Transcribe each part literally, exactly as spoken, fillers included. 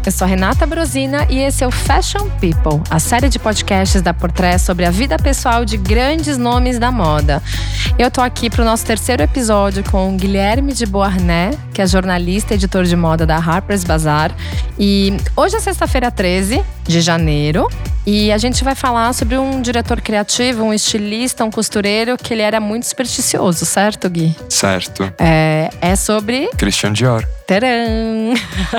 Eu sou Renata Brosina e esse é o Fashion People, a série de podcasts da Portrait sobre a vida pessoal de grandes nomes da moda. Eu tô aqui pro nosso terceiro episódio com o Guilherme de Beauharnais, que é jornalista e editor de moda da Harper's Bazaar. E hoje é sexta-feira, treze de janeiro, e a gente vai falar sobre um diretor criativo, um estilista, um costureiro, que ele era muito supersticioso, certo, Gui? Certo. É, é sobre… Christian Dior. Tcharam!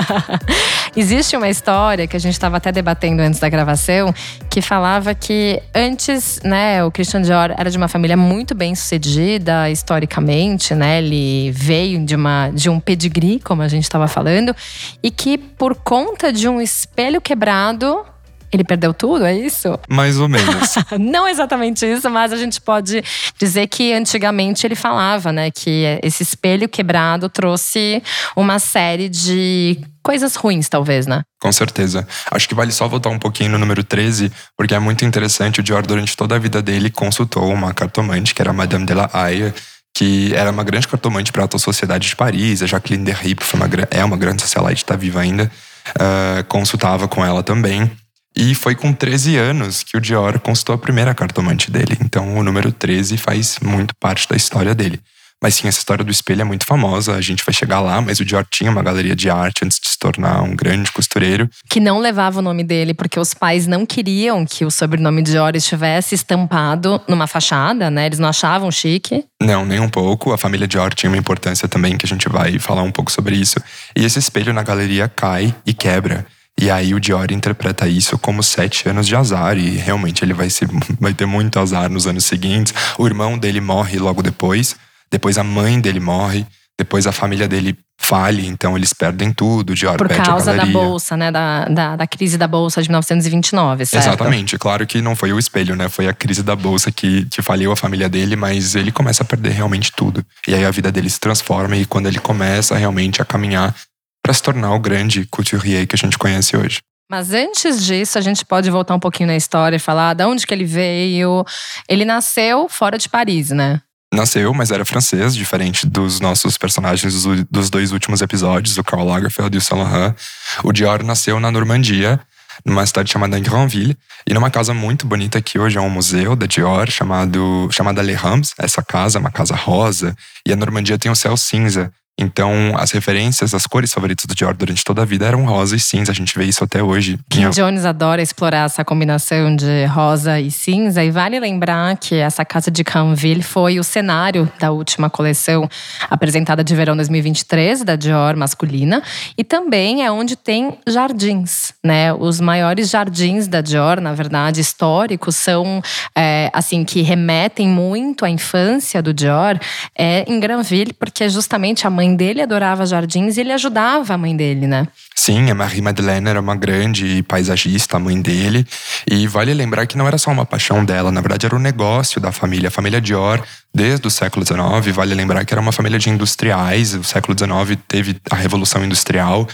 Existe uma história que a gente estava até debatendo antes da gravação, que falava que antes, né, o Christian Dior era de uma família muito bem sucedida historicamente, né? Ele veio de, uma, de um pedigree, como a gente estava falando, e que por conta de um espelho quebrado, ele perdeu tudo, é isso? Mais ou menos. Não exatamente isso, mas a gente pode dizer que antigamente ele falava, né, que esse espelho quebrado trouxe uma série de coisas ruins, talvez, né? Com certeza. Acho que vale só voltar um pouquinho no número treze, porque é muito interessante. O Dior, durante toda a vida dele, consultou uma cartomante, que era a Madame de la Haye, que era uma grande cartomante para a alta sociedade de Paris. A Jacqueline de Rippe foi uma, é uma grande socialite, está viva ainda. Uh, consultava com ela também. E foi com treze anos que o Dior consultou a primeira cartomante dele. Então o número treze faz muito parte da história dele. Mas sim, essa história do espelho é muito famosa, a gente vai chegar lá, mas o Dior tinha uma galeria de arte antes de se tornar um grande costureiro. Que não levava o nome dele, porque os pais não queriam que o sobrenome Dior estivesse estampado numa fachada, né? Eles não achavam chique. Não, nem um pouco. A família Dior tinha uma importância também, que a gente vai falar um pouco sobre isso. E esse espelho na galeria cai e quebra. E aí o Dior interpreta isso como sete anos de azar. E realmente ele vai, ser, vai ter muito azar nos anos seguintes. O irmão dele morre logo depois. Depois a mãe dele morre. Depois a família dele fale. Então eles perdem tudo. O Dior Por perde a galeria. causa da bolsa, né? Da, da, da crise da bolsa de mil novecentos e vinte e nove, certo? Exatamente. Claro que não foi o espelho, né? Foi a crise da bolsa que, que faliu a família dele. Mas ele começa a perder realmente tudo. E aí a vida dele se transforma. E quando ele começa realmente a caminhar para se tornar o grande couturier que a gente conhece hoje. Mas antes disso, a gente pode voltar um pouquinho na história e falar de onde que ele veio. Ele nasceu fora de Paris, né? Nasceu, mas era francês, diferente dos nossos personagens dos dois últimos episódios, o Karl Lagerfeld e o Saint Laurent. O Dior nasceu na Normandia, numa cidade chamada Granville, e numa casa muito bonita que hoje é um museu da Dior, chamado, chamada Les Rams. Essa casa é uma casa rosa, e a Normandia tem o céu cinza. Então, as referências, as cores favoritas do Dior durante toda a vida eram rosa e cinza. A gente vê isso até hoje. Kim Jones adora explorar essa combinação de rosa e cinza. E vale lembrar que essa casa de Granville foi o cenário da última coleção apresentada de verão dois mil e vinte e três, da Dior masculina. E também é onde tem jardins, né? Os maiores jardins da Dior, na verdade, históricos, são, é, assim, que remetem muito à infância do Dior. É em Granville, porque justamente a mãe dele adorava jardins e ele ajudava a mãe dele, né? Sim, a Marie-Madeleine era uma grande paisagista, a mãe dele. E vale lembrar que não era só uma paixão dela, na verdade era um negócio da família. A família Dior, desde o século dezenove, vale lembrar que era uma família de industriais. O século dezenove teve a Revolução Industrial.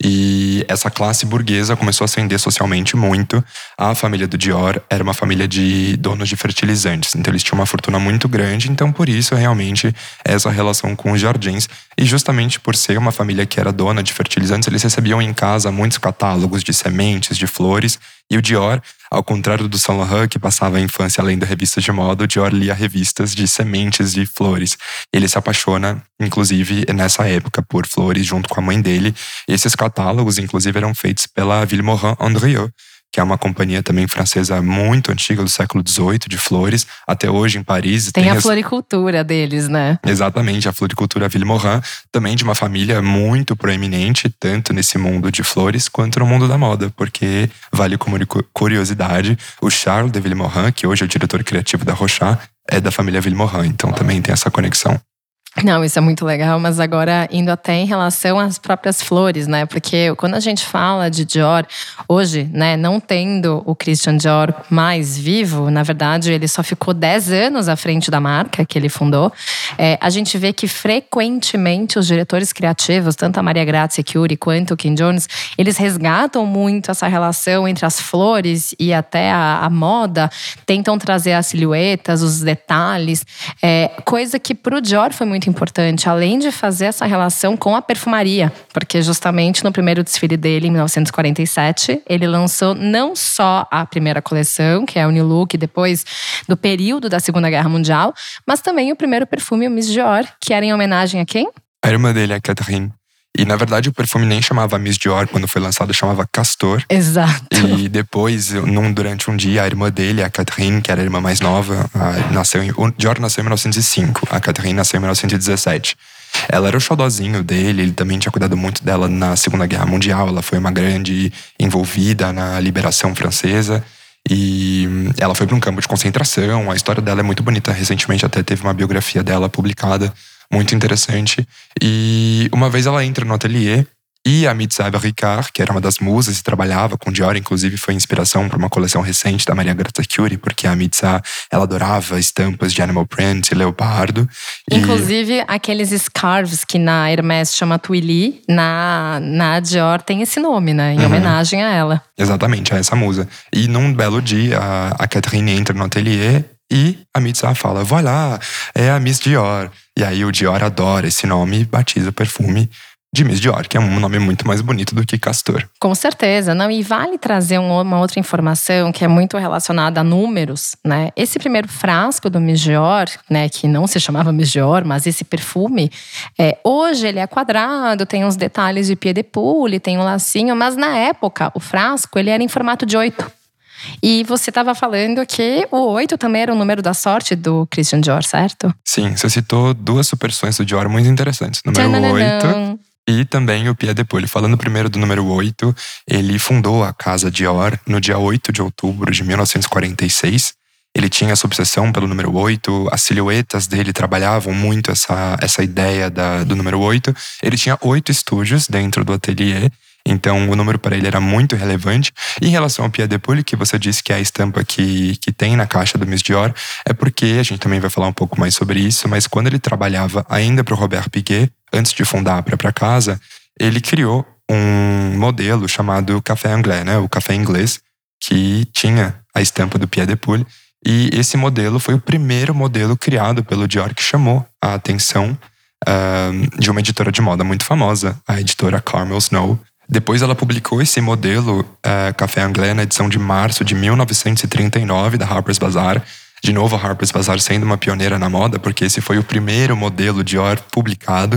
E essa classe burguesa começou a ascender socialmente muito. A família do Dior era uma família de donos de fertilizantes. Então eles tinham uma fortuna muito grande. Então por isso realmente essa relação com os jardins. E justamente por ser uma família que era dona de fertilizantes, eles recebiam em casa muitos catálogos de sementes, de flores. E o Dior, ao contrário do Saint Laurent, que passava a infância lendo revistas de moda, o Dior lia revistas de sementes de flores. Ele se apaixona, inclusive, nessa época, por flores junto com a mãe dele. E esses catálogos, inclusive, eram feitos pela Vilmorin Andrieux, que é uma companhia também francesa muito antiga, do século dezoito, de flores. Até hoje, em Paris… Tem, tem a as... floricultura deles, né? Exatamente, a floricultura Vilmorin, também de uma família muito proeminente, tanto nesse mundo de flores, quanto no mundo da moda. Porque, vale como curiosidade, o Charles de Vilmorin, que hoje é o diretor criativo da Rochas, é da família Vilmorin. Então também tem essa conexão. Não, isso é muito legal, mas agora indo até em relação às próprias flores, né? Porque quando a gente fala de Dior, hoje, né, não tendo o Christian Dior mais vivo, na verdade ele só ficou dez anos à frente da marca que ele fundou, é, a gente vê que frequentemente os diretores criativos, tanto a Maria Grazia Chiuri quanto o Kim Jones, eles resgatam muito essa relação entre as flores e até a, a moda, tentam trazer as silhuetas, os detalhes, é, coisa que pro Dior foi muito muito importante, além de fazer essa relação com a perfumaria, porque justamente no primeiro desfile dele, em mil novecentos e quarenta e sete, ele lançou não só a primeira coleção, que é o New Look, depois do período da Segunda Guerra Mundial, mas também o primeiro perfume, o Miss Dior, que era em homenagem a quem? A irmã dele, a Catherine. E, na verdade, o perfume nem chamava Miss Dior quando foi lançado, chamava Castor. Exato. E depois, num, durante um dia, a irmã dele, a Catherine, que era a irmã mais nova, a, nasceu em, o Dior nasceu em mil novecentos e cinco, a Catherine nasceu em mil novecentos e dezessete. Ela era o xodózinho dele, ele também tinha cuidado muito dela na Segunda Guerra Mundial. Ela foi uma grande envolvida na liberação francesa. E ela foi para um campo de concentração. A história dela é muito bonita. Recentemente até teve uma biografia dela publicada, muito interessante. E uma vez ela entra no ateliê e a Mitsaeva Ricard, que era uma das musas e trabalhava com Dior, inclusive foi inspiração para uma coleção recente da Maria Grazia Chiuri, porque a Mitsa, ela adorava estampas de animal print e leopardo. Inclusive, e... aqueles scarves que na Hermès chama Twilly, na, na Dior tem esse nome, né? Em uhum. homenagem a ela. Exatamente, a essa musa. E num belo dia, a, a Catherine entra no ateliê e a Mitsa fala, voilà, é a Miss Dior. E aí o Dior adora esse nome e batiza o perfume de Miss Dior, que é um nome muito mais bonito do que Castor. Com certeza, não, e vale trazer uma outra informação que é muito relacionada a números, né? Esse primeiro frasco do Miss Dior, né, que não se chamava Miss Dior, mas esse perfume, é, hoje ele é quadrado, tem uns detalhes de pied de poule, tem um lacinho, mas na época o frasco ele era em formato de oito. E você estava falando que o oito também era o número da sorte do Christian Dior, certo? Sim, você citou duas superstições do Dior muito interessantes. Número oito e também o pied de poule. Falando primeiro do número oito, ele fundou a Casa Dior no dia oito de outubro de mil novecentos e quarenta e seis. Ele tinha essa obsessão pelo número oito, as silhuetas dele trabalhavam muito essa, essa ideia da, do número oito. Ele tinha oito estúdios dentro do ateliê. Então, o número para ele era muito relevante. E em relação ao pied de poule, que você disse que é a estampa que, que tem na caixa do Miss Dior, é porque, a gente também vai falar um pouco mais sobre isso, mas quando ele trabalhava ainda para o Robert Piguet, antes de fundar a própria casa, ele criou um modelo chamado Café Anglais, né? O café inglês, que tinha a estampa do pied de poule. E esse modelo foi o primeiro modelo criado pelo Dior que chamou a atenção uh, de uma editora de moda muito famosa, a editora Carmel Snow. Depois ela publicou esse modelo uh, Café Anglais na edição de março de mil novecentos e trinta e nove da Harper's Bazaar. De novo a Harper's Bazaar sendo uma pioneira na moda, porque esse foi o primeiro modelo Dior publicado.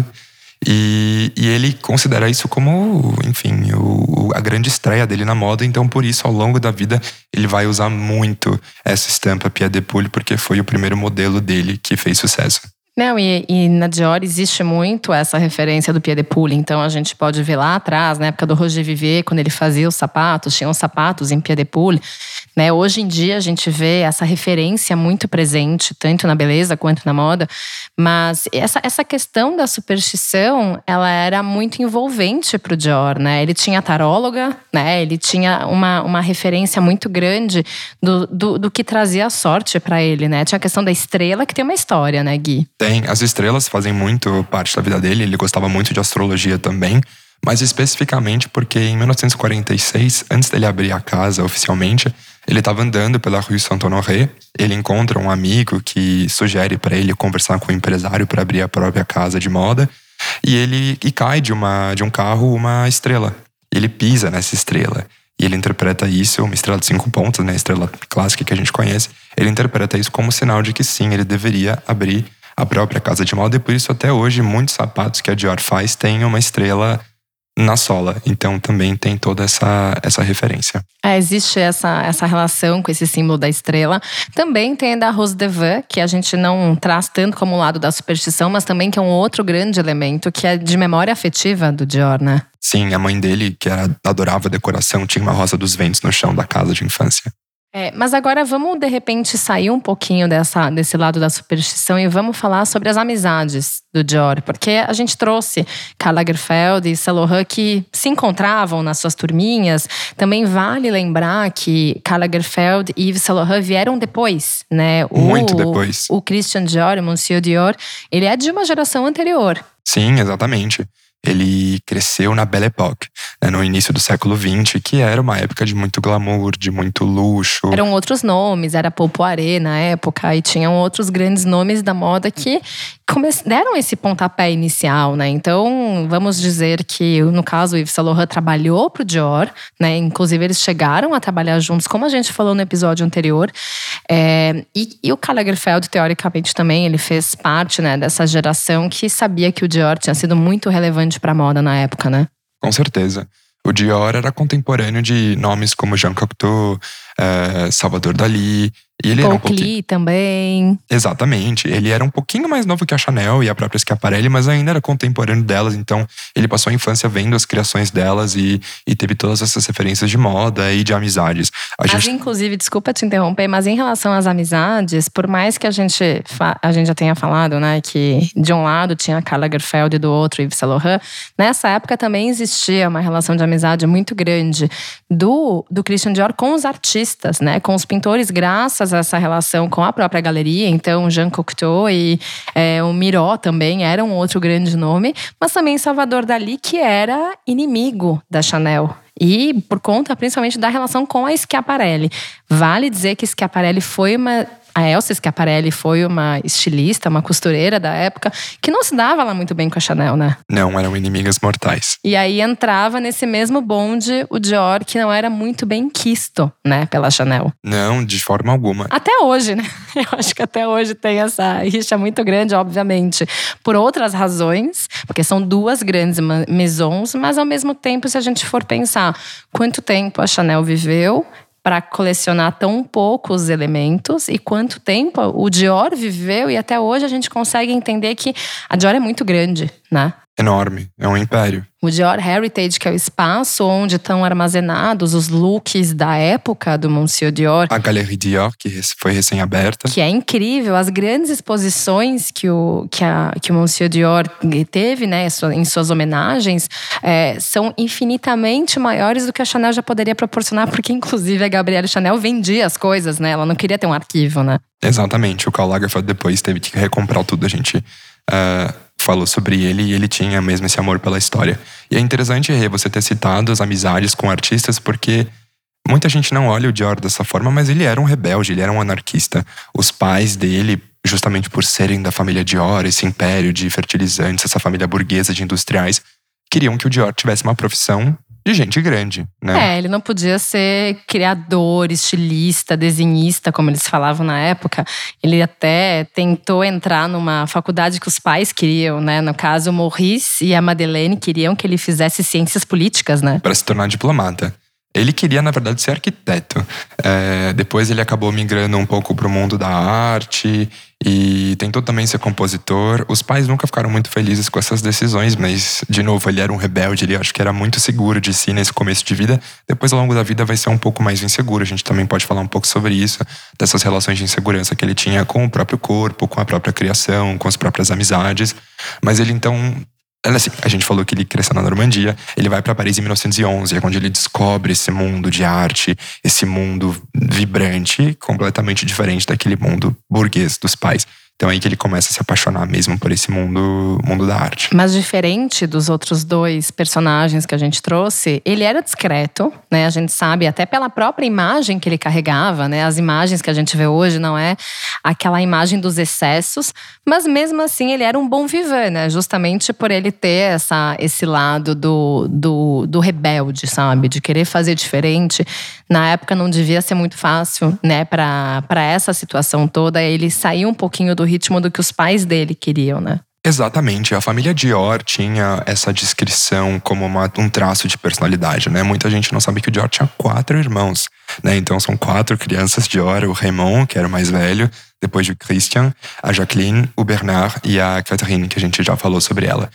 E, e ele considera isso como, enfim, o, a grande estreia dele na moda. Então por isso ao longo da vida ele vai usar muito essa estampa pied de poule, porque foi o primeiro modelo dele que fez sucesso. Não, e, e na Dior existe muito essa referência do pied de poule. Então a gente pode ver lá atrás, na época do Roger Vivier, quando ele fazia os sapatos, tinham sapatos em pied de poule. Né? Hoje em dia a gente vê essa referência muito presente, tanto na beleza quanto na moda. Mas essa, essa questão da superstição, ela era muito envolvente para o Dior, né? Ele tinha taróloga, né? Ele tinha uma, uma referência muito grande do, do, do que trazia a sorte para ele, né? Tinha a questão da estrela, que tem uma história, né, Gui? Tem, as estrelas fazem muito parte da vida dele, ele gostava muito de astrologia também, mas especificamente porque em mil novecentos e quarenta e seis, antes dele abrir a casa oficialmente, ele estava andando pela Rue Saint-Honoré, ele encontra um amigo que sugere para ele conversar com o empresário para abrir a própria casa de moda, e ele e cai de, uma, de um carro uma estrela, ele pisa nessa estrela. E ele interpreta isso, uma estrela de cinco pontas, né, a estrela clássica que a gente conhece, ele interpreta isso como sinal de que sim, ele deveria abrir a própria casa de moda, e por isso até hoje muitos sapatos que a Dior faz têm uma estrela na sola. Então também tem toda essa, essa referência. É, existe essa, essa relação com esse símbolo da estrela. Também tem a da Rose de Veuve, que a gente não traz tanto como o lado da superstição, mas também que é um outro grande elemento, que é de memória afetiva do Dior, né? Sim, a mãe dele, que era, adorava decoração, tinha uma rosa dos ventos no chão da casa de infância. É, mas agora vamos, de repente, sair um pouquinho dessa, desse lado da superstição e vamos falar sobre as amizades do Dior. Porque a gente trouxe Karl Lagerfeld e Saint Laurent que se encontravam nas suas turminhas. Também vale lembrar que Karl Lagerfeld e Yves Saint Laurent vieram depois, né? O, Muito depois. O Christian Dior, o Monsieur Dior, ele é de uma geração anterior. Sim, exatamente. Ele cresceu na Belle Époque, né, no início do século vinte, que era uma época de muito glamour, de muito luxo. Eram outros nomes, era Paul Poiret na época, e tinham outros grandes nomes da moda que deram esse pontapé inicial, né? Então, vamos dizer que, no caso, o Yves Saint Laurent trabalhou pro Dior, né? Inclusive, eles chegaram a trabalhar juntos, como a gente falou no episódio anterior. É, e, e o Karl Lagerfeld, teoricamente, também, ele fez parte, né, dessa geração que sabia que o Dior tinha sido muito relevante pra moda na época, né? Com certeza. O Dior era contemporâneo de nomes como Jean Cocteau, uh, Salvador Dalí. E ele Paul era um pouquinho... Klee também. Exatamente. Ele era um pouquinho mais novo que a Chanel e a própria Schiaparelli, mas ainda era contemporâneo delas. Então, ele passou a infância vendo as criações delas e, e teve todas essas referências de moda e de amizades. A mas, gente... inclusive, desculpa te interromper, mas em relação às amizades, por mais que a gente, a gente já tenha falado, né, que de um lado tinha Karl Lagerfeld e do outro Yves Saint Laurent, nessa época também existia uma relação de amizade muito grande do, do Christian Dior com os artistas, né, com os pintores, graças essa relação com a própria galeria. Então, Jean Cocteau e é, o Miró também era um outro grande nome, mas também Salvador Dalí, que era inimigo da Chanel. E por conta, principalmente, da relação com a Schiaparelli. Vale dizer que Schiaparelli foi uma... A Elsa Schiaparelli foi uma estilista, uma costureira da época, que não se dava lá muito bem com a Chanel, né? Não, eram inimigas mortais. E aí entrava nesse mesmo bonde o Dior, que não era muito bem quisto, né, pela Chanel. Não, de forma alguma. Até hoje, né? Eu acho que até hoje tem essa rixa muito grande, obviamente. Por outras razões, porque são duas grandes maisons, mas ao mesmo tempo, se a gente for pensar quanto tempo a Chanel viveu para colecionar tão poucos elementos e quanto tempo o Dior viveu, e até hoje a gente consegue entender que a Dior é muito grande, né? Enorme, é um império. O Dior Heritage, que é o espaço onde estão armazenados os looks da época do Monsieur Dior. A Galerie Dior, que foi recém-aberta. Que é incrível. As grandes exposições que o, que a, que o Monsieur Dior teve, né, em suas homenagens, é, são infinitamente maiores do que a Chanel já poderia proporcionar, porque inclusive a Gabrielle Chanel vendia as coisas, né? Ela não queria ter um arquivo, né? Exatamente. O Karl Lagerfeld depois teve que recomprar tudo. A gente... Uh... falou sobre ele e ele tinha mesmo esse amor pela história. E é interessante, Rê, você ter citado as amizades com artistas, porque muita gente não olha o Dior dessa forma, mas ele era um rebelde, ele era um anarquista. Os pais dele, justamente por serem da família Dior, esse império de fertilizantes, essa família burguesa de industriais, queriam que o Dior tivesse uma profissão de gente grande, né? É, ele não podia ser criador, estilista, desenhista, como eles falavam na época. Ele até tentou entrar numa faculdade que os pais queriam, né? No caso, o Maurice e a Madeleine queriam que ele fizesse ciências políticas, né? Para se tornar diplomata. Ele queria, na verdade, ser arquiteto. É, depois ele acabou migrando um pouco para o mundo da arte e tentou também ser compositor. Os pais nunca ficaram muito felizes com essas decisões, mas, de novo, ele era um rebelde. Ele acho que era muito seguro de si nesse começo de vida. Depois, ao longo da vida, vai ser um pouco mais inseguro. A gente também pode falar um pouco sobre isso, dessas relações de insegurança que ele tinha com o próprio corpo, com a própria criação, com as próprias amizades. Mas ele, então... Assim, a gente falou que ele cresceu na Normandia, ele vai para Paris em mil novecentos e onze, é onde ele descobre esse mundo de arte, esse mundo vibrante, completamente diferente daquele mundo burguês dos pais. Então é aí que ele começa a se apaixonar mesmo por esse mundo, mundo da arte. Mas diferente dos outros dois personagens que a gente trouxe, ele era discreto, né? A gente sabe até pela própria imagem que ele carregava, né? As imagens que a gente vê hoje não é aquela imagem dos excessos, mas mesmo assim ele era um bom viver, né? Justamente por ele ter essa, esse lado do, do, do rebelde, sabe? De querer fazer diferente. Na época não devia ser muito fácil, né? Para para essa situação toda, ele saiu um pouquinho do ritmo do que os pais dele queriam, né? Exatamente. A família Dior tinha essa descrição como uma, um traço de personalidade, né? Muita gente não sabe que o Dior tinha quatro irmãos, né? Então são quatro crianças Dior. O Raymond, que era o mais velho, depois o Christian, a Jacqueline, o Bernard e a Catherine, que a gente já falou sobre ela.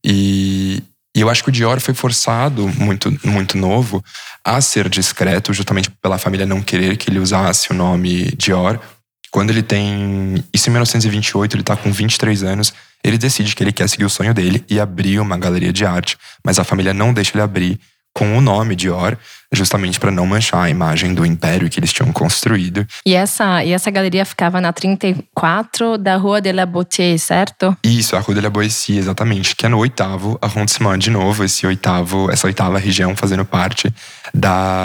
E... E eu acho que o Dior foi forçado, muito, muito novo, a ser discreto, justamente pela família não querer que ele usasse o nome Dior. Quando ele tem... Isso em mil novecentos e vinte e oito, ele tá com vinte e três anos. Ele decide que ele quer seguir o sonho dele e abrir uma galeria de arte. Mas a família não deixa ele abrir com o nome Dior, justamente para não manchar a imagem do império que eles tinham construído. E essa, e essa galeria ficava na trinta e quatro da Rua de la Boétie, certo? Isso, a Rue de la Boétie, exatamente. Que é no oitavo arrondissement, de novo, esse oitavo, essa oitava região fazendo parte da...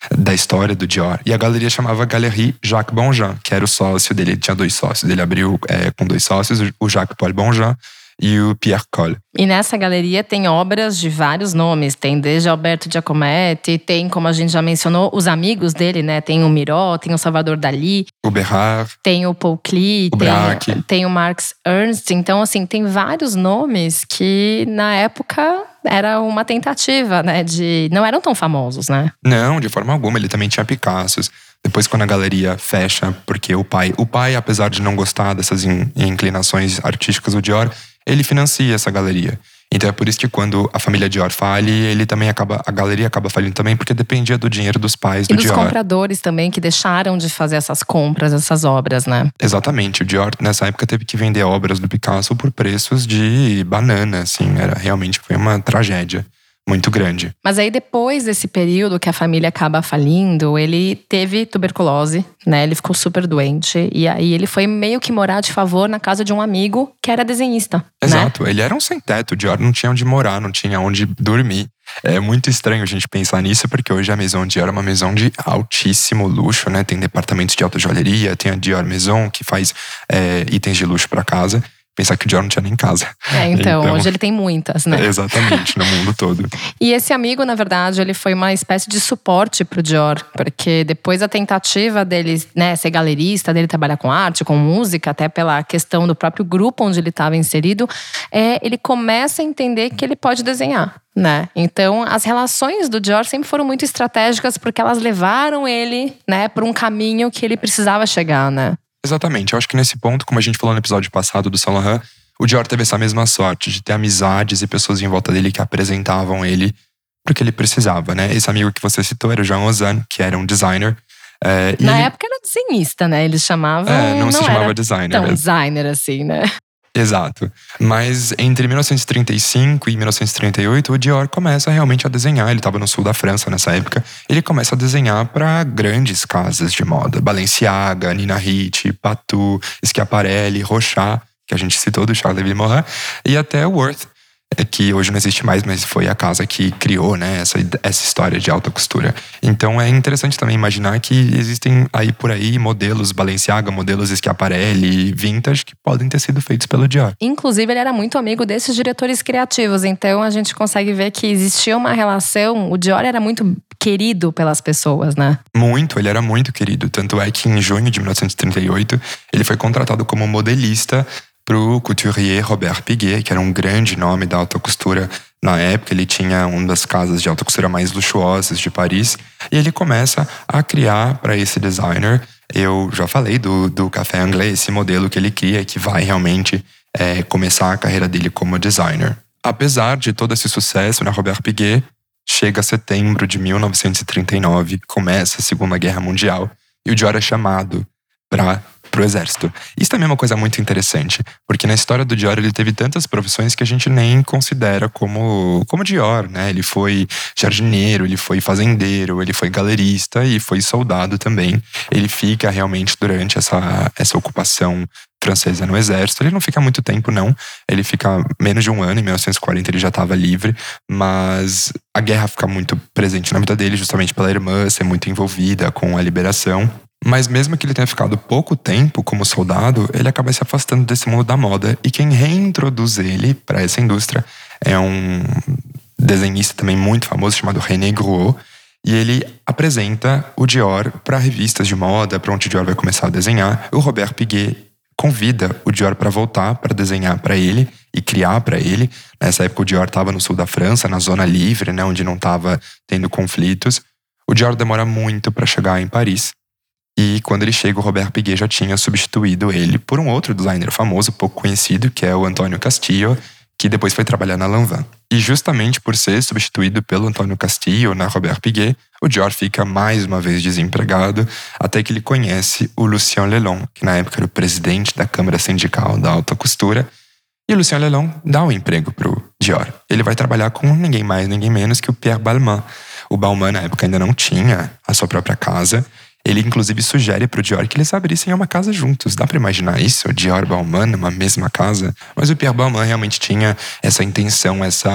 da história do Dior. E a galeria chamava Galerie Jacques Bonjean, que era o sócio dele. Ele tinha dois sócios. Ele abriu é, com dois sócios, o Jacques Paul Bonjean e o Pierre Cole. E nessa galeria tem obras de vários nomes. Tem desde Alberto Giacometti, tem, como a gente já mencionou, os amigos dele, né? Tem o Miró, tem o Salvador Dalí. O Bérard. Tem o Paul Klee. O Braque. Tem, tem o Marx Ernst. Então, assim, tem vários nomes que, na época, era uma tentativa, né? De… Não eram tão famosos, né? Não, de forma alguma. Ele também tinha Picassos. Depois, quando a galeria fecha, porque o pai… O pai, apesar de não gostar dessas inclinações artísticas do Dior, ele financia essa galeria. Então é por isso que quando a família Dior fale, ele também acaba, a galeria acaba falindo também, porque dependia do dinheiro dos pais do Dior. E dos Dior. compradores também, que deixaram de fazer essas compras, essas obras, né? Exatamente. O Dior, nessa época, teve que vender obras do Picasso por preços de banana, assim. Era, realmente foi uma tragédia muito grande. Mas aí depois desse período que a família acaba falindo, ele teve tuberculose, né? Ele ficou super doente. E aí ele foi meio que morar de favor na casa de um amigo que era desenhista. Exato. Né? Ele era um sem-teto. O Dior não tinha onde morar, não tinha onde dormir. É muito estranho a gente pensar nisso, porque hoje a Maison Dior é uma maison de altíssimo luxo, né? Tem departamentos de alta joalheria, tem a Dior Maison, que faz é, itens de luxo para casa. Pensar que o Dior não tinha nem casa. É, então, então, hoje ele tem muitas, né? Exatamente, no mundo todo. E esse amigo, na verdade, ele foi uma espécie de suporte pro Dior. Porque depois da tentativa dele, né, ser galerista, dele trabalhar com arte, com música, até pela questão do próprio grupo onde ele estava inserido, é, ele começa a entender que ele pode desenhar. Né? Então, as relações do Dior sempre foram muito estratégicas, porque elas levaram ele, né, por um caminho que ele precisava chegar, né? Exatamente, eu acho que nesse ponto, como a gente falou no episódio passado do Saint Laurent, o Dior teve essa mesma sorte de ter amizades e pessoas em volta dele que apresentavam ele pro que ele precisava, né? Esse amigo que você citou era o Jean Ozanne, que era um designer. É, Na ele… época era desenhista, né? Eles chamavam… É, não, não se chamava era designer. Então, mesmo. designer, assim, né? Exato. Mas entre mil novecentos e trinta e cinco e mil novecentos e trinta e oito, o Dior começa realmente a desenhar. Ele estava no sul da França nessa época. Ele começa a desenhar para grandes casas de moda. Balenciaga, Nina Ricci, Patou, Schiaparelli, Rochas, que a gente citou do Charles Villemot, e até Worth, que hoje não existe mais, mas foi a casa que criou, né, essa, essa história de alta costura. Então é interessante também imaginar que existem aí por aí modelos Balenciaga, modelos Schiaparelli, vintage, que podem ter sido feitos pelo Dior. Inclusive, ele era muito amigo desses diretores criativos. Então a gente consegue ver que existia uma relação. O Dior era muito querido pelas pessoas, né? Muito, ele era muito querido. Tanto é que em junho de mil novecentos e trinta e oito, ele foi contratado como modelista pro couturier Robert Piguet, que era um grande nome da alta costura na época. Ele tinha uma das casas de alta costura mais luxuosas de Paris. E ele começa a criar para esse designer, eu já falei do, do Café Anglais, esse modelo que ele cria, que vai realmente é, começar a carreira dele como designer. Apesar de todo esse sucesso, né, Robert Piguet, chega setembro de mil novecentos e trinta e nove, começa a Segunda Guerra Mundial, e o Dior é chamado para pro exército. Isso também é uma coisa muito interessante, porque na história do Dior ele teve tantas profissões que a gente nem considera como, como Dior, né? Ele foi jardineiro, ele foi fazendeiro, ele foi galerista e foi soldado também. Ele fica realmente durante essa, essa ocupação francesa no exército. Ele não fica muito tempo, não. Ele fica menos de um ano, em mil novecentos e quarenta ele já estava livre, mas a guerra fica muito presente na vida dele, justamente pela irmã ser muito envolvida com a liberação. Mas mesmo que ele tenha ficado pouco tempo como soldado, ele acaba se afastando desse mundo da moda. E quem reintroduz ele para essa indústria é um desenhista também muito famoso chamado René Gruot. E ele apresenta o Dior para revistas de moda, para onde o Dior vai começar a desenhar. O Robert Piguet convida o Dior para voltar para desenhar para ele e criar para ele. Nessa época o Dior estava no sul da França, na zona livre, né, onde não estava tendo conflitos. O Dior demora muito para chegar em Paris. E quando ele chega, o Robert Piguet já tinha substituído ele por um outro designer famoso, pouco conhecido, que é o Antonio Castillo, que depois foi trabalhar na Lanvin. E justamente por ser substituído pelo Antonio Castillo na Robert Piguet, o Dior fica mais uma vez desempregado, até que ele conhece o Lucien Lelon, que na época era o presidente da Câmara Sindical da Alta Costura. E o Lucien Lelon dá um emprego pro Dior. Ele vai trabalhar com ninguém mais, ninguém menos que o Pierre Balmain. O Balmain, na época, ainda não tinha a sua própria casa. Ele, inclusive, sugere pro Dior que eles abrissem uma casa juntos. Dá pra imaginar isso? O Dior e Balmain numa mesma casa? Mas o Pierre Balmain realmente tinha essa intenção, essa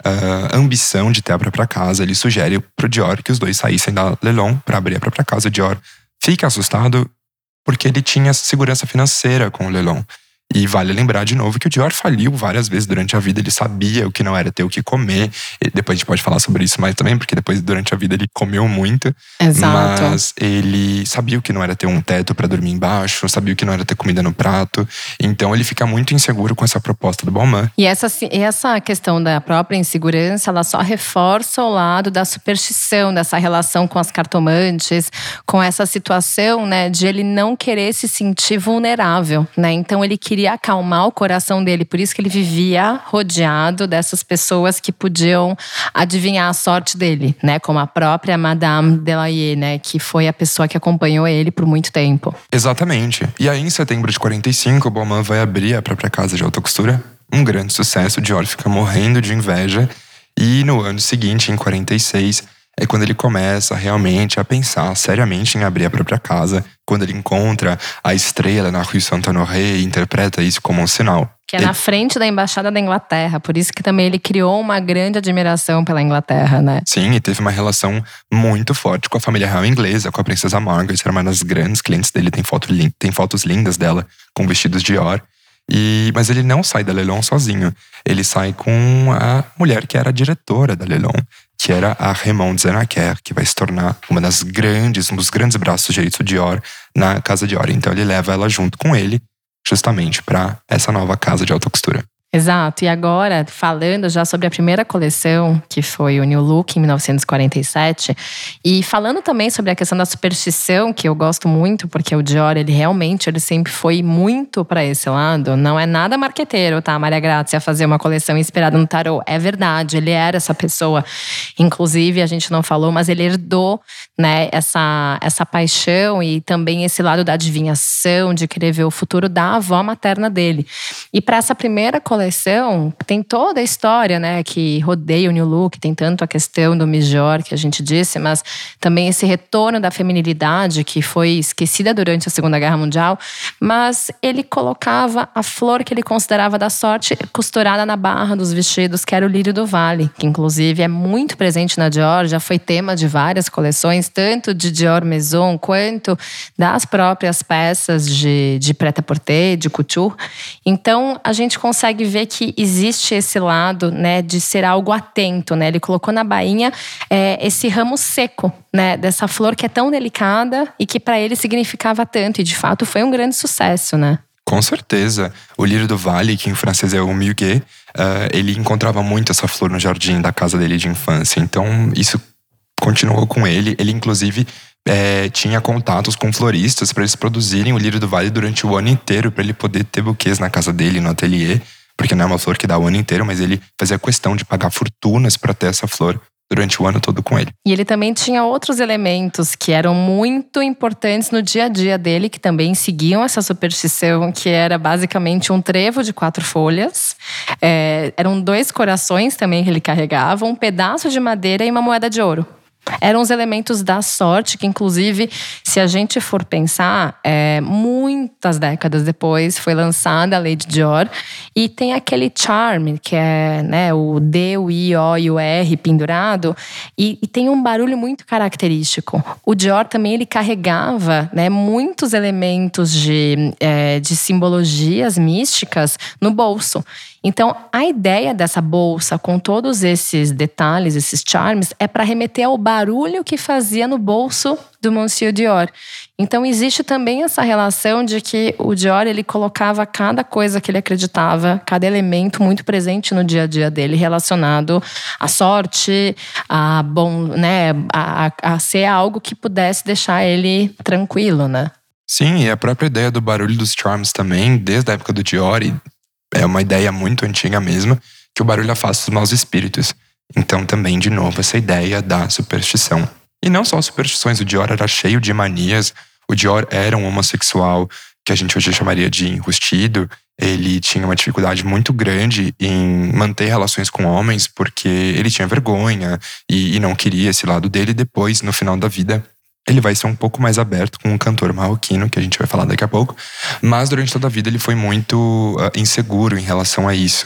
uh, ambição de ter a própria casa, ele sugere pro Dior que os dois saíssem da Lelon para abrir a própria casa. O Dior fica assustado porque ele tinha segurança financeira com o Lelon. E vale lembrar de novo que o Dior faliu várias vezes durante a vida. Ele sabia o que não era ter o que comer. E depois a gente pode falar sobre isso mais também, porque depois, durante a vida, ele comeu muito. Exato. Mas ele sabia o que não era ter um teto para dormir embaixo, sabia o que não era ter comida no prato. Então ele fica muito inseguro com essa proposta do Balmain. E essa, e essa questão da própria insegurança, ela só reforça o lado da superstição, dessa relação com as cartomantes, com essa situação, né, de ele não querer se sentir vulnerável, né? Então ele queria queria acalmar o coração dele, por isso que ele vivia rodeado dessas pessoas que podiam adivinhar a sorte dele, né? Como a própria Madame Delahaye, né? Que foi a pessoa que acompanhou ele por muito tempo. Exatamente. E aí, em setembro de quarenta e cinco, o Balmain vai abrir a própria casa de alta costura. Um grande sucesso, o Dior fica morrendo de inveja. E no ano seguinte, em quarenta e seis, é quando ele começa realmente a pensar seriamente em abrir a própria casa. Quando ele encontra a estrela na Rue Saint-Honoré e interpreta isso como um sinal. Que é na frente da Embaixada da Inglaterra. Por isso que também ele criou uma grande admiração pela Inglaterra, né? Sim, e teve uma relação muito forte com a família real inglesa, com a princesa Margaret. Era uma das grandes clientes dele. Tem, foto, tem fotos lindas dela com vestidos Dior. E, mas ele não sai da Lelon sozinho. Ele sai com a mulher que era a diretora da Lelon, que era a Raymonde Zenaker, que vai se tornar uma das grandes, um dos grandes braços direitos do Dior na casa Dior. Então ele leva ela junto com ele, justamente para essa nova casa de alta costura. Exato, e agora falando já sobre a primeira coleção, que foi o New Look em mil novecentos e quarenta e sete, e falando também sobre a questão da superstição, que eu gosto muito, porque o Dior, ele realmente, ele sempre foi muito para esse lado. Não é nada marqueteiro, tá, Maria Grazia, fazer uma coleção inspirada no tarô. É verdade, ele era essa pessoa. Inclusive, a gente não falou, mas ele herdou, né, essa, essa paixão e também esse lado da adivinhação, de querer ver o futuro da avó materna dele. E para essa primeira coleção, tem toda a história, né, que rodeia o New Look, tem tanto a questão do Mijor, que a gente disse, mas também esse retorno da feminilidade que foi esquecida durante a Segunda Guerra Mundial, mas ele colocava a flor que ele considerava da sorte costurada na barra dos vestidos, que era o lírio do vale, que inclusive é muito presente na Dior, já foi tema de várias coleções, tanto de Dior Maison, quanto das próprias peças de, de prêt-à-porter, de couture. Então, a gente consegue ver que existe esse lado, né, de ser algo atento, né? Ele colocou na bainha é, esse ramo seco, né, dessa flor que é tão delicada e que para ele significava tanto. E de fato foi um grande sucesso, né? Com certeza. O lírio do vale, que em francês é o muguet, uh, ele encontrava muito essa flor no jardim da casa dele de infância. Então isso continuou com ele. Ele inclusive É, tinha contatos com floristas para eles produzirem o lírio do vale durante o ano inteiro, para ele poder ter buquês na casa dele, no ateliê, porque não é uma flor que dá o ano inteiro, mas ele fazia questão de pagar fortunas para ter essa flor durante o ano todo com ele. E ele também tinha outros elementos que eram muito importantes no dia a dia dele, que também seguiam essa superstição, que era basicamente um trevo de quatro folhas. É, eram dois corações também que ele carregava, um pedaço de madeira e uma moeda de ouro. Eram os elementos da sorte que, inclusive, se a gente for pensar, é, muitas décadas depois foi lançada a Lady Dior e tem aquele charme, que é, né, o D, o I, O e o R pendurado, e, e tem um barulho muito característico. O Dior também ele carregava, né, muitos elementos de, é, de simbologias místicas no bolso. Então, a ideia dessa bolsa, com todos esses detalhes, esses charmes, é para remeter ao barulho que fazia no bolso do Monsieur Dior. Então, existe também essa relação de que o Dior, ele colocava cada coisa que ele acreditava, cada elemento muito presente no dia a dia dele, relacionado à sorte, a, bom, né, a, a ser algo que pudesse deixar ele tranquilo, né? Sim, e a própria ideia do barulho dos charms também, desde a época do Dior, e é uma ideia muito antiga mesmo, que o barulho afasta os maus espíritos. Então também, de novo, essa ideia da superstição. E não só superstições, o Dior era cheio de manias. O Dior era um homossexual que a gente hoje chamaria de enrustido. Ele tinha uma dificuldade muito grande em manter relações com homens, porque ele tinha vergonha e, e não queria esse lado dele. Depois, no final da vida, ele vai ser um pouco mais aberto com um cantor marroquino, que a gente vai falar daqui a pouco. Mas durante toda a vida ele foi muito uh, inseguro em relação a isso.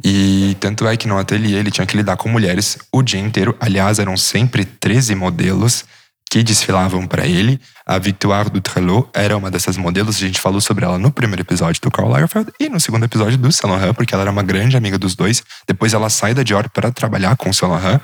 E tanto é que no ateliê ele tinha que lidar com mulheres o dia inteiro. Aliás, eram sempre treze modelos que desfilavam para ele. A Victoire Dutrelot era uma dessas modelos. A gente falou sobre ela no primeiro episódio do Karl Lagerfeld e no segundo episódio do Saint Laurent, porque ela era uma grande amiga dos dois. Depois ela sai da Dior para trabalhar com o Saint Laurent.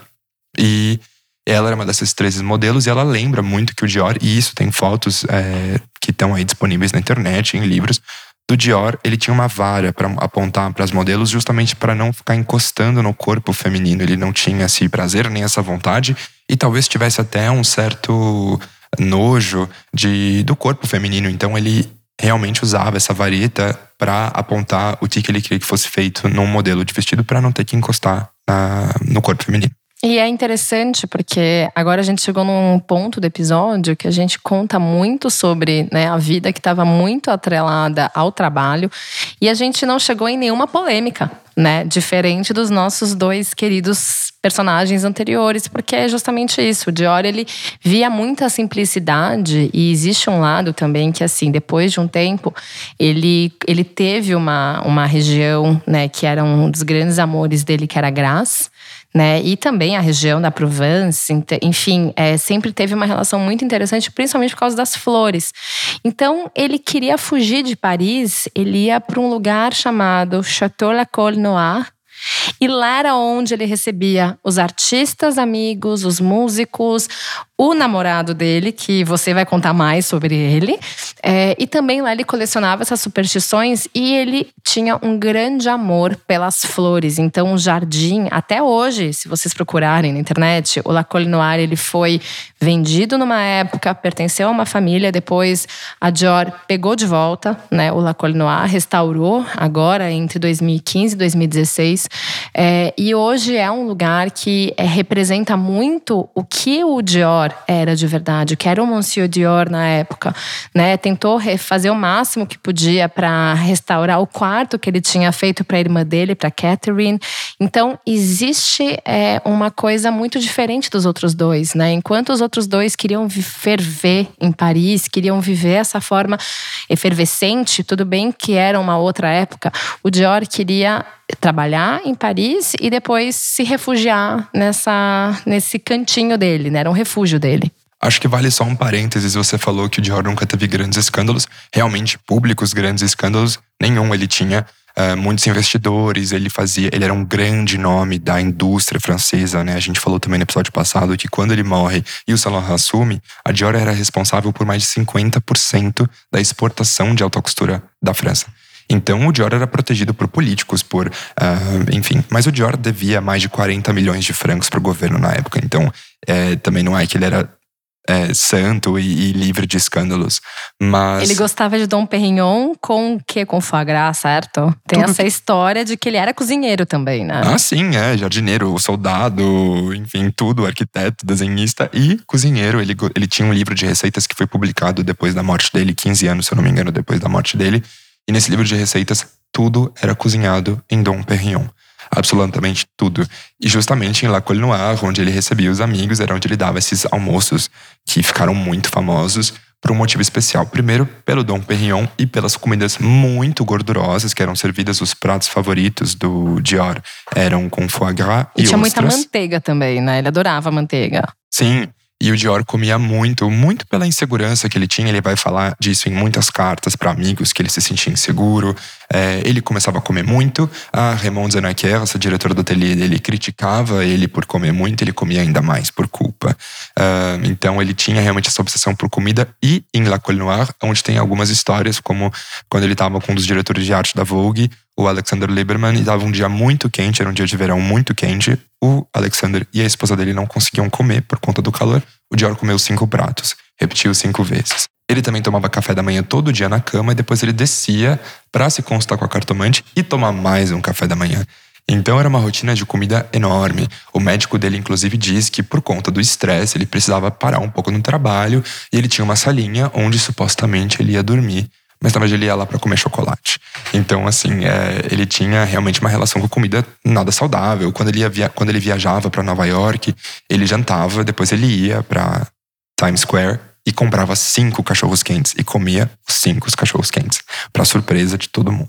E ela era uma dessas treze modelos e ela lembra muito que o Dior, e isso tem fotos é, que estão aí disponíveis na internet, em livros, do Dior, ele tinha uma vara para apontar para as modelos justamente para não ficar encostando no corpo feminino. Ele não tinha esse prazer nem essa vontade e talvez tivesse até um certo nojo de, do corpo feminino. Então ele realmente usava essa vareta para apontar o que ele queria que fosse feito num modelo de vestido para não ter que encostar na, no corpo feminino. E é interessante porque agora a gente chegou num ponto do episódio que a gente conta muito sobre, né, a vida que estava muito atrelada ao trabalho e a gente não chegou em nenhuma polêmica, né, diferente dos nossos dois queridos personagens anteriores, porque é justamente isso. O Dior, ele via muita simplicidade e existe um lado também que, assim, depois de um tempo, ele, ele teve uma, uma região, né, que era um dos grandes amores dele, que era a Grasse, né? E também a região da Provence, enfim, é, sempre teve uma relação muito interessante, principalmente por causa das flores. Então, ele queria fugir de Paris, ele ia para um lugar chamado Château Lacolle Noir, e lá era onde ele recebia os artistas amigos, os músicos, o namorado dele, que você vai contar mais sobre ele. É, e também lá ele colecionava essas superstições e ele tinha um grande amor pelas flores. Então o jardim, até hoje, se vocês procurarem na internet, o Lacolle Noir, ele foi vendido numa época, pertenceu a uma família, depois a Dior pegou de volta, né, o Lacolle Noir, restaurou agora entre dois mil e quinze e dois mil e dezesseis. É, e hoje é um lugar que é, representa muito o que o Dior era de verdade, o que era o Monsieur Dior na época, né? Tentou fazer o máximo que podia para restaurar o quarto que ele tinha feito para a irmã dele, para Catherine. Então existe é, uma coisa muito diferente dos outros dois, né? Enquanto os outros dois queriam ferver em Paris, queriam viver essa forma efervescente, tudo bem que era uma outra época, o Dior queria trabalhar em Paris e depois se refugiar nessa, nesse cantinho dele, né? Era um refúgio dele. Acho que vale só um parênteses, você falou que o Dior nunca teve grandes escândalos, realmente públicos, grandes escândalos, nenhum. Ele tinha uh, muitos investidores, ele fazia, ele era um grande nome da indústria francesa, né? A gente falou também no episódio passado que quando ele morre e o Saint Laurent assume, a Dior era responsável por mais de cinquenta por cento da exportação de alta costura da França. Então o Dior era protegido por políticos, por, uh, enfim. Mas o Dior devia mais de quarenta milhões de francos para o governo na época. Então é, também não é que ele era é, santo e, e livre de escândalos. Mas ele gostava de Dom Perignon com o quê? Com foie gras, certo? Tem Tudo essa que... história de que ele era cozinheiro também, né? Ah, sim, é. Jardineiro, soldado, enfim, tudo. Arquiteto, desenhista e cozinheiro. Ele, ele tinha um livro de receitas que foi publicado depois da morte dele, quinze anos, se eu não me engano, depois da morte dele. E nesse livro de receitas, tudo era cozinhado em Dom Perignon. Absolutamente tudo. E justamente em Lacolle Noir, onde ele recebia os amigos, era onde ele dava esses almoços que ficaram muito famosos por um motivo especial. Primeiro, pelo Dom Perignon e pelas comidas muito gordurosas que eram servidas. Os pratos favoritos do Dior eram com foie gras e, e tinha ostras. Muita manteiga também, né? Ele adorava manteiga. Sim. E o Dior comia muito, muito pela insegurança que ele tinha. Ele vai falar disso em muitas cartas para amigos, que ele se sentia inseguro. É, ele começava a comer muito. A Raymond Zenacker, essa diretora do ateliê dele, criticava ele por comer muito. Ele comia ainda mais por culpa. Uh, então ele tinha realmente essa obsessão por comida. E em Lacolle Noir, onde tem algumas histórias, como quando ele estava com um dos diretores de arte da Vogue, o Alexander Lieberman, e estava um dia muito quente, era um dia de verão muito quente. O Alexander e a esposa dele não conseguiam comer por conta do calor. O Dior comeu cinco pratos, repetiu cinco vezes. Ele também tomava café da manhã todo dia na cama e depois ele descia para se consultar com a cartomante e tomar mais um café da manhã. Então era uma rotina de comida enorme. O médico dele, inclusive, diz que por conta do estresse ele precisava parar um pouco no trabalho e ele tinha uma salinha onde supostamente ele ia dormir. Mas na verdade ele ia lá para comer chocolate. Então, assim, é, ele tinha realmente uma relação com a comida nada saudável. Quando ele, ia via- quando ele viajava para Nova York, ele jantava, depois ele ia para Times Square e comprava cinco cachorros quentes e comia os cinco cachorros quentes, para surpresa de todo mundo.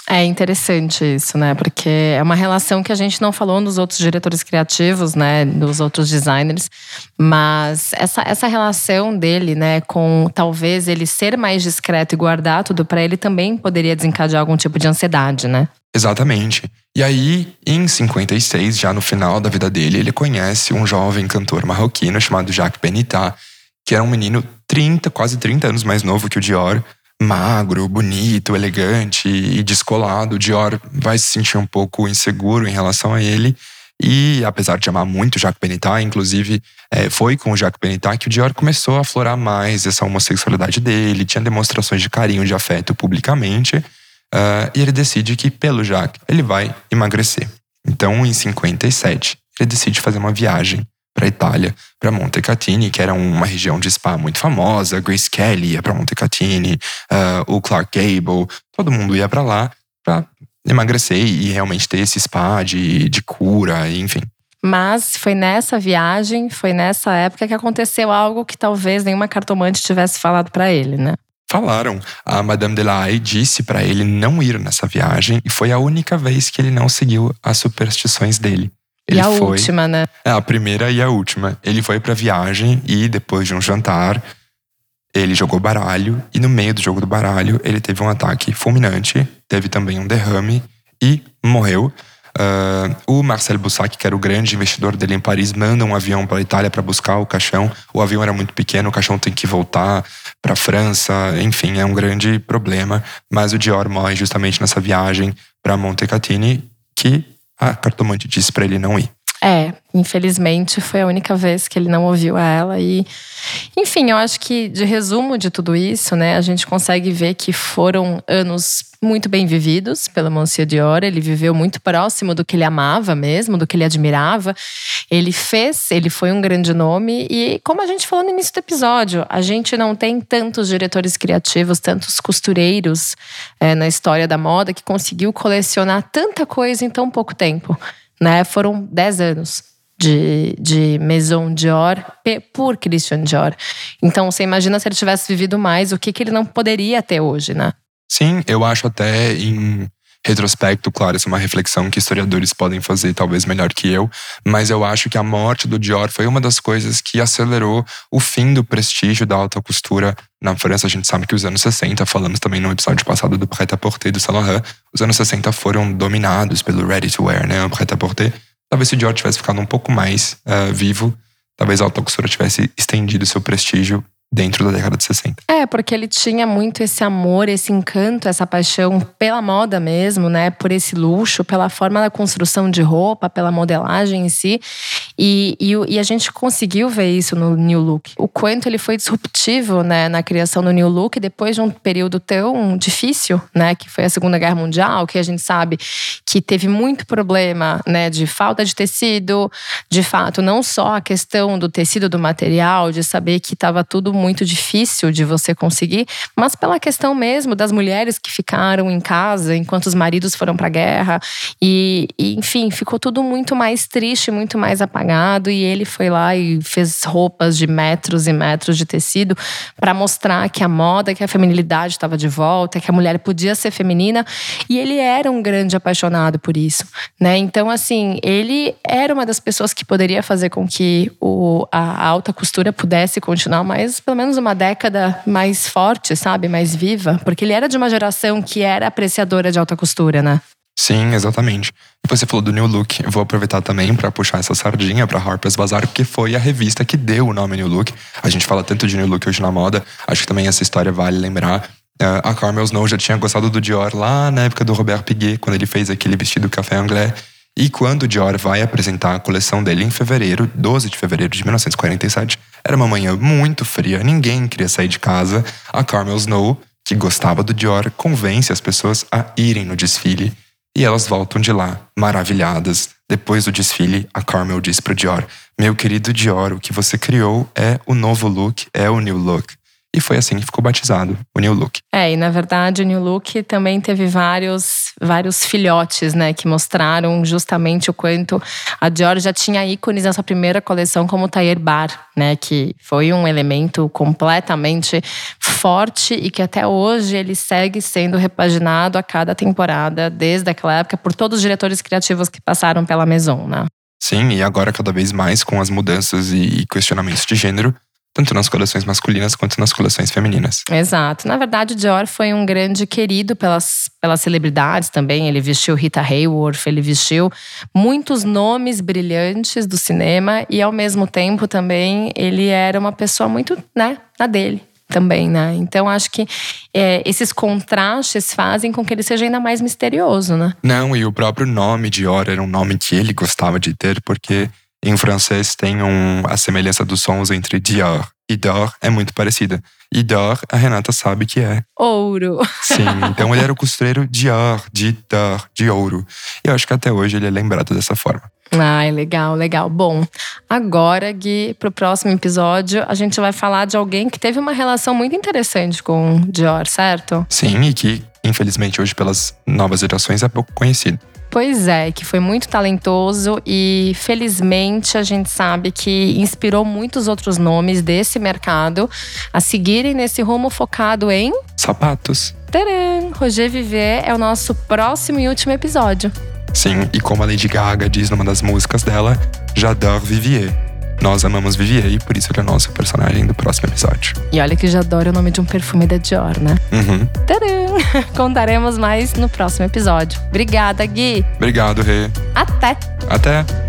É interessante isso, né? Porque é uma relação que a gente não falou nos outros diretores criativos, né? Dos outros designers. Mas essa, essa relação dele, né? Com talvez ele ser mais discreto e guardar tudo pra ele também poderia desencadear algum tipo de ansiedade, né? Exatamente. E aí, em cinquenta e seis, já no final da vida dele, ele conhece um jovem cantor marroquino chamado Jacques Benita, que era um menino trinta, quase trinta anos mais novo que o Dior. Magro, bonito, elegante e descolado. O Dior vai se sentir um pouco inseguro em relação a ele. E apesar de amar muito o Jacques Benita, inclusive é, foi com o Jacques Benita que o Dior começou a aflorar mais essa homossexualidade dele. Tinha demonstrações de carinho, de afeto publicamente. Uh, e ele decide que, pelo Jacques, ele vai emagrecer. Então, em cinquenta e sete, ele decide fazer uma viagem para Itália, para Montecatini, que era uma região de spa muito famosa. Grace Kelly ia para Montecatini, uh, o Clark Gable, todo mundo ia para lá para emagrecer e realmente ter esse spa de, de cura, enfim. Mas foi nessa viagem, foi nessa época que aconteceu algo que talvez nenhuma cartomante tivesse falado para ele, né? Falaram. A Madame Delahaye disse para ele não ir nessa viagem e foi a única vez que ele não seguiu as superstições dele. Ele e a foi, última, né? É, a primeira e a última. Ele foi pra viagem e depois de um jantar, ele jogou baralho. E no meio do jogo do baralho, ele teve um ataque fulminante. Teve também um derrame e morreu. Uh, o Marcel Boussac, que era o grande investidor dele em Paris, manda um avião para a Itália para buscar o caixão. O avião era muito pequeno, o caixão tem que voltar para a França. Enfim, é um grande problema. Mas o Dior morre justamente nessa viagem para Montecatini, que a cartomante disse pra ele não ir. É, infelizmente foi a única vez que ele não ouviu ela. E, enfim, eu acho que de resumo de tudo isso, né, a gente consegue ver que foram anos muito bem vividos pelo Monsieur Dior. Ele viveu muito próximo do que ele amava mesmo, do que ele admirava. Ele fez, ele foi um grande nome. E como a gente falou no início do episódio, a gente não tem tantos diretores criativos, tantos costureiros é, na história da moda que conseguiu colecionar tanta coisa em tão pouco tempo. Né? Foram dez anos de, de Maison Dior por Christian Dior. Então você imagina se ele tivesse vivido mais, o que, que ele não poderia ter hoje, né? Sim, eu acho até em retrospecto, claro, essa é uma reflexão que historiadores podem fazer talvez melhor que eu, mas eu acho que a morte do Dior foi uma das coisas que acelerou o fim do prestígio da alta costura na França. A gente sabe que os anos sessenta, falamos também no episódio passado do Prêt-à-Porter do Saint Laurent, os anos sessenta foram dominados pelo ready-to-wear, né? O Prêt-à-Porter. Talvez se o Dior tivesse ficado um pouco mais uh, vivo, talvez a alta costura tivesse estendido seu prestígio dentro da década de sessenta. É, porque ele tinha muito esse amor, esse encanto, essa paixão pela moda mesmo, né? Por esse luxo, pela forma da construção de roupa, pela modelagem em si. E, e, e a gente conseguiu ver isso no New Look. O quanto ele foi disruptivo, né, na criação do New Look, depois de um período tão difícil, né? Que foi a Segunda Guerra Mundial, que a gente sabe que teve muito problema, né? De falta de tecido, de fato, não só a questão do tecido, do material, de saber que estava tudo muito difícil de você conseguir, mas pela questão mesmo das mulheres que ficaram em casa enquanto os maridos foram para a guerra e, e, enfim, ficou tudo muito mais triste, muito mais apagado, e ele foi lá e fez roupas de metros e metros de tecido para mostrar que a moda, que a feminilidade estava de volta, que a mulher podia ser feminina, e ele era um grande apaixonado por isso, né? Então, assim, ele era uma das pessoas que poderia fazer com que o, a alta costura pudesse continuar mais pelo menos uma década mais forte, sabe? Mais viva. Porque ele era de uma geração que era apreciadora de alta costura, né? Sim, exatamente. E você falou do New Look. Eu vou aproveitar também para puxar essa sardinha para Harper's Bazaar, porque foi a revista que deu o nome New Look. A gente fala tanto de New Look hoje na moda. Acho que também essa história vale lembrar. Uh, a Carmel Snow já tinha gostado do Dior lá na época do Robert Piguet, quando ele fez aquele vestido café anglais. E quando o Dior vai apresentar a coleção dele em fevereiro, doze de fevereiro de mil novecentos e quarenta e sete, era uma manhã muito fria, ninguém queria sair de casa. A Carmel Snow, que gostava do Dior, convence as pessoas a irem no desfile. E elas voltam de lá, maravilhadas. Depois do desfile, a Carmel diz pro Dior: meu querido Dior, o que você criou é o novo look, é o New Look. E foi assim que ficou batizado, o New Look. É, e na verdade o New Look também teve vários vários filhotes, né? Que mostraram justamente o quanto a Dior já tinha ícones na sua primeira coleção, como o Tailleur Bar, né? Que foi um elemento completamente forte e que até hoje ele segue sendo repaginado a cada temporada, desde aquela época, por todos os diretores criativos que passaram pela Maison, né? Sim, e agora cada vez mais com as mudanças e questionamentos de gênero, tanto nas coleções masculinas quanto nas coleções femininas. Exato. Na verdade, o Dior foi um grande querido pelas, pelas celebridades também. Ele vestiu Rita Hayworth, ele vestiu muitos nomes brilhantes do cinema. E ao mesmo tempo também, ele era uma pessoa muito, né, na dele também, né? Então acho que é, esses contrastes fazem com que ele seja ainda mais misterioso, né? Não, e o próprio nome Dior era um nome que ele gostava de ter, porque em francês tem um, a semelhança dos sons entre Dior e D'or é muito parecida. E D'or, a Renata sabe que é ouro. Sim, então ele era o costureiro Dior, de D'or, de ouro. E eu acho que até hoje ele é lembrado dessa forma. Ai, legal, legal. Bom, agora, Gui, pro próximo episódio, a gente vai falar de alguém que teve uma relação muito interessante com Dior, certo? Sim, e que, infelizmente, hoje pelas novas gerações é pouco conhecido. Pois é, que foi muito talentoso e felizmente a gente sabe que inspirou muitos outros nomes desse mercado a seguirem nesse rumo focado em… sapatos. Tcharam! Roger Vivier é o nosso próximo e último episódio. Sim, e como a Lady Gaga diz numa das músicas dela, j'adore Vivier. Nós amamos Vivier e por isso ele é o nosso personagem do próximo episódio. E olha que j'adore é o nome de um perfume da Dior, né? Uhum. Tcharam! Contaremos mais no próximo episódio. Obrigada, Gui! Obrigado, Rê. Até! Até!